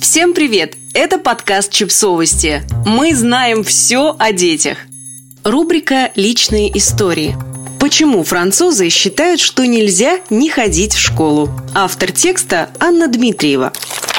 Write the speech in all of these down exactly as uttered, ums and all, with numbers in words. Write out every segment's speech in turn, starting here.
Всем привет! Это подкаст «Чипсовости». Мы знаем все о детях. Рубрика «Личные истории». Почему французы считают, что нельзя не ходить в школу? Автор текста Анна Дмитриева.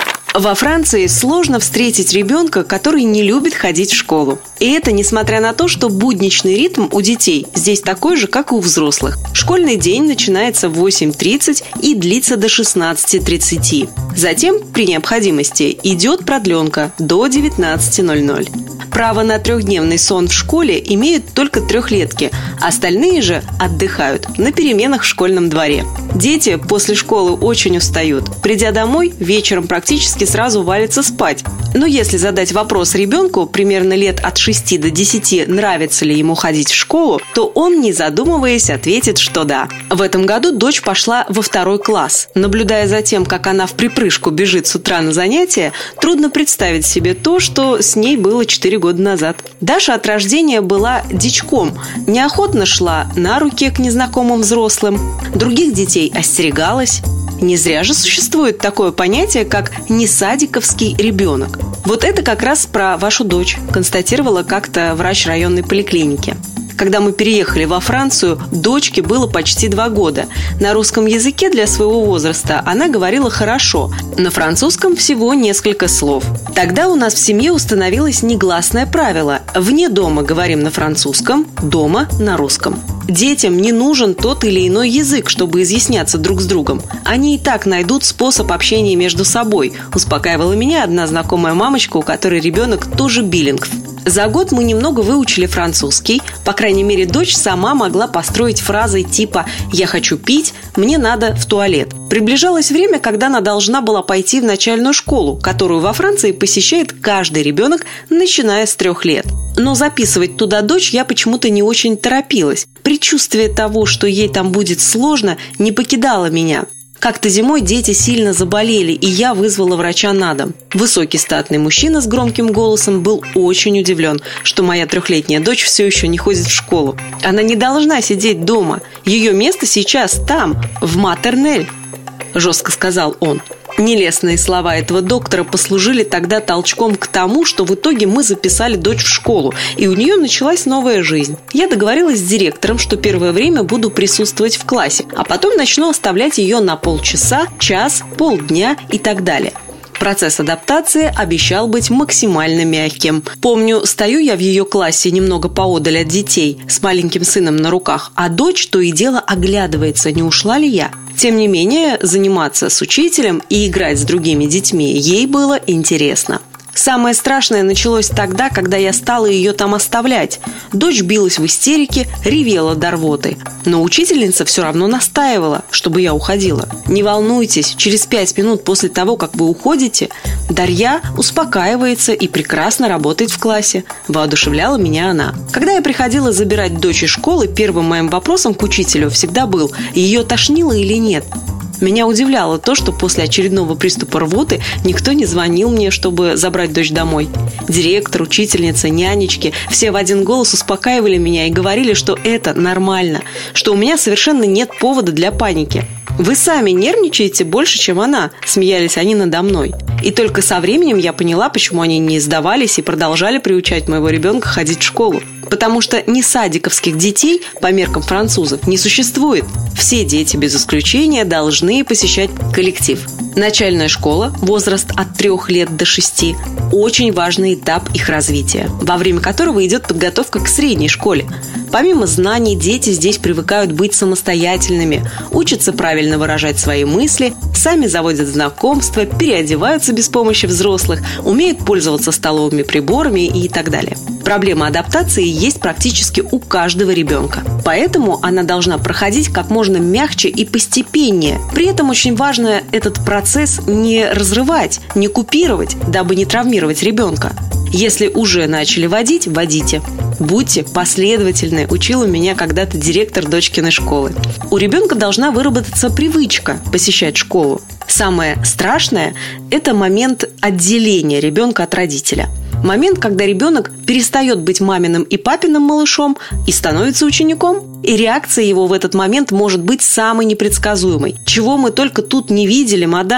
Во Франции сложно встретить ребенка, который не любит ходить в школу. И это несмотря на то, что будничный ритм у детей здесь такой же, как и у взрослых. Школьный день начинается в восемь тридцать и длится до шестнадцати тридцати. Затем, при необходимости, идет продленка до девятнадцати ноль-ноль. Право на трехдневный сон в школе имеют только трехлетки, остальные же отдыхают на переменах в школьном дворе. Дети после школы очень устают. Придя домой, вечером практически сразу валятся спать. Но если задать вопрос ребенку, примерно лет от шести до десяти, нравится ли ему ходить в школу, то он, не задумываясь, ответит, что да. В этом году дочь пошла во второй класс. Наблюдая за тем, как она в припрыжку бежит с утра на занятия, трудно представить себе то, что с ней было четыре года назад. Даша от рождения была дичком, неохотно шла на руки к незнакомым взрослым, других детей остерегалась. Не зря же существует такое понятие, как несадиковский ребенок. Вот это как раз про вашу дочь, констатировала как-то врач районной поликлиники. Когда мы переехали во Францию, дочке было почти два года. На русском языке для своего возраста она говорила хорошо, на французском всего несколько слов. Тогда у нас в семье установилось негласное правило: вне дома говорим на французском, дома на русском. Детям не нужен тот или иной язык, чтобы изъясняться друг с другом. Они и так найдут способ общения между собой, успокаивала меня одна знакомая мамочка, у которой ребенок тоже билингв. За год мы немного выучили французский, по крайней мере, дочь сама могла построить фразы типа «я хочу пить», «мне надо в туалет». Приближалось время, когда она должна была пойти в начальную школу, которую во Франции посещает каждый ребенок, начиная с трех лет. Но записывать туда дочь я почему-то не очень торопилась. Предчувствие того, что ей там будет сложно, не покидало меня. Как-то зимой дети сильно заболели, и я вызвала врача на дом. Высокий статный мужчина с громким голосом был очень удивлен, что моя трехлетняя дочь все еще не ходит в школу. Она не должна сидеть дома. Ее место сейчас там, в матернель, жестко сказал он. Нелестные слова этого доктора послужили тогда толчком к тому, что в итоге мы записали дочь в школу, и у нее началась новая жизнь. Я договорилась с директором, что первое время буду присутствовать в классе, а потом начну оставлять ее на полчаса, час, полдня и так далее. Процесс адаптации обещал быть максимально мягким. Помню, стою я в ее классе немного поодаль от детей, с маленьким сыном на руках, а дочь то и дело оглядывается, не ушла ли я. Тем не менее, заниматься с учителем и играть с другими детьми ей было интересно. Самое страшное началось тогда, когда я стала ее там оставлять. Дочь билась в истерике, ревела до рвоты. Но учительница все равно настаивала, чтобы я уходила. «Не волнуйтесь, через пять минут после того, как вы уходите, Дарья успокаивается и прекрасно работает в классе», – воодушевляла меня она. Когда я приходила забирать дочь из школы, первым моим вопросом к учителю всегда был: ее тошнило или нет? Меня удивляло то, что после очередного приступа рвоты никто не звонил мне, чтобы забрать дочь домой. Директор, учительница, нянечки – все в один голос успокаивали меня и говорили, что это нормально, что у меня совершенно нет повода для паники. «Вы сами нервничаете больше, чем она», – смеялись они надо мной. И только со временем я поняла, почему они не сдавались и продолжали приучать моего ребенка ходить в школу. Потому что несадиковских детей, по меркам французов, не существует. Все дети, без исключения, должны посещать коллектив. Начальная школа, возраст от трех лет до шести, очень важный этап их развития, во время которого идет подготовка к средней школе. Помимо знаний, дети здесь привыкают быть самостоятельными, учатся правильно выражать свои мысли, сами заводят знакомства, переодеваются без помощи взрослых, умеют пользоваться столовыми приборами и так далее. Проблема адаптации есть практически у каждого ребенка. Поэтому она должна проходить как можно мягче и постепеннее. При этом очень важно этот процесс не разрывать, не купировать, дабы не травмировать ребенка. Если уже начали водить, водите. Будьте последовательны, учила меня когда-то директор дочкиной школы. У ребенка должна выработаться привычка посещать школу. Самое страшное – это момент отделения ребенка от родителя. Момент, когда ребенок перестает быть маминым и папиным малышом и становится учеником. И реакция его в этот момент может быть самой непредсказуемой. Чего мы только тут не видели, мадам?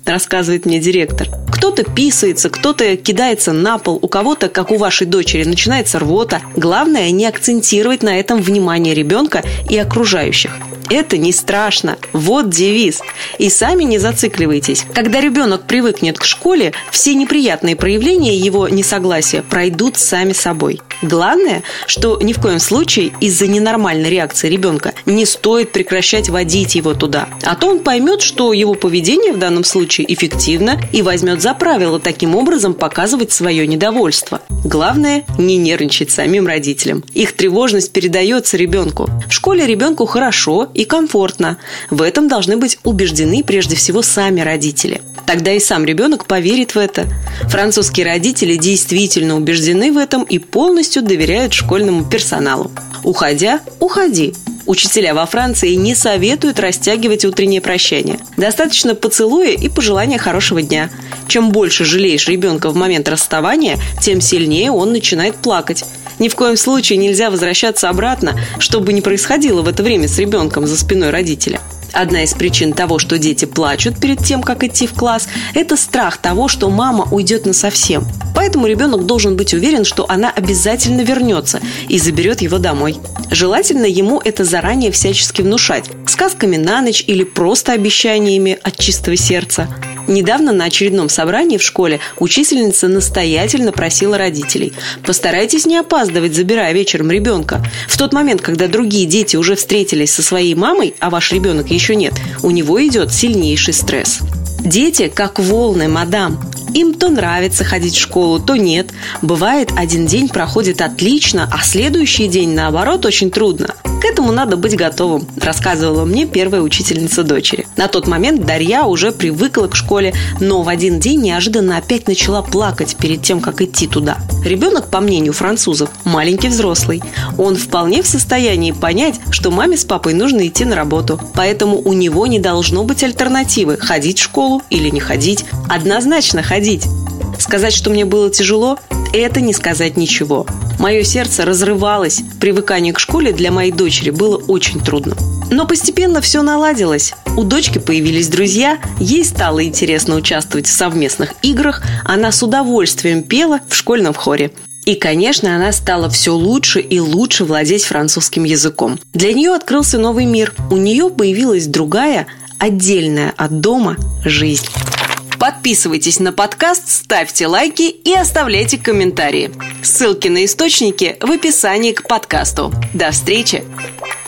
рассказывает мне директор. Кто-то писается, кто-то кидается на пол, у кого-то, как у вашей дочери, начинается рвота. Главное, не акцентировать на этом внимание ребенка и окружающих. Это не страшно. Вот девиз. И сами не зацикливайтесь. Когда ребенок привыкнет к школе, все неприятные проявления его несогласия пройдут сами собой. Главное, что ни в коем случае из-за ненормальной реакции ребенка не стоит прекращать водить его туда. А то он поймет, что его поведение в данном случае эффективно и возьмет за правило таким образом показывать свое недовольство. Главное, не нервничать самим родителям. Их тревожность передается ребенку. В школе ребенку хорошо и комфортно. В этом должны быть убеждены прежде всего сами родители. Тогда и сам ребенок поверит в это. Французские родители действительно убеждены в этом и полностью доверяют школьному персоналу. Уходя, уходи. Учителя во Франции не советуют растягивать утреннее прощание. Достаточно поцелуя и пожелания хорошего дня. Чем больше жалеешь ребенка в момент расставания, тем сильнее он начинает плакать. Ни в коем случае нельзя возвращаться обратно, что бы ни происходило в это время с ребенком за спиной родителя. Одна из причин того, что дети плачут перед тем, как идти в класс, это страх того, что мама уйдет насовсем. Поэтому ребенок должен быть уверен, что она обязательно вернется и заберет его домой. Желательно ему это заранее всячески внушать, сказками на ночь или просто обещаниями от чистого сердца. Недавно на очередном собрании в школе учительница настоятельно просила родителей: постарайтесь не опаздывать, забирая вечером ребенка. В тот момент, когда другие дети уже встретились со своей мамой, а ваш ребенок еще нет, у него идет сильнейший стресс. Дети как волны, мадам. Им то нравится ходить в школу, то нет. Бывает, один день проходит отлично, а следующий день, наоборот, очень трудно. К этому надо быть готовым, рассказывала мне первая учительница дочери. На тот момент Дарья уже привыкла к школе, но в один день неожиданно опять начала плакать перед тем, как идти туда. Ребенок, по мнению французов, маленький взрослый. Он вполне в состоянии понять, что маме с папой нужно идти на работу. Поэтому у него не должно быть альтернативы – ходить в школу или не ходить. Однозначно ходить. Сказать, что мне было тяжело – это не сказать ничего. Мое сердце разрывалось. Привыкание к школе для моей дочери было очень трудно. Но постепенно все наладилось. У дочки появились друзья, ей стало интересно участвовать в совместных играх, она с удовольствием пела в школьном хоре. И, конечно, она стала все лучше и лучше владеть французским языком. Для нее открылся новый мир. У нее появилась другая, отдельная от дома жизнь. Подписывайтесь на подкаст, ставьте лайки и оставляйте комментарии. Ссылки на источники в описании к подкасту. До встречи!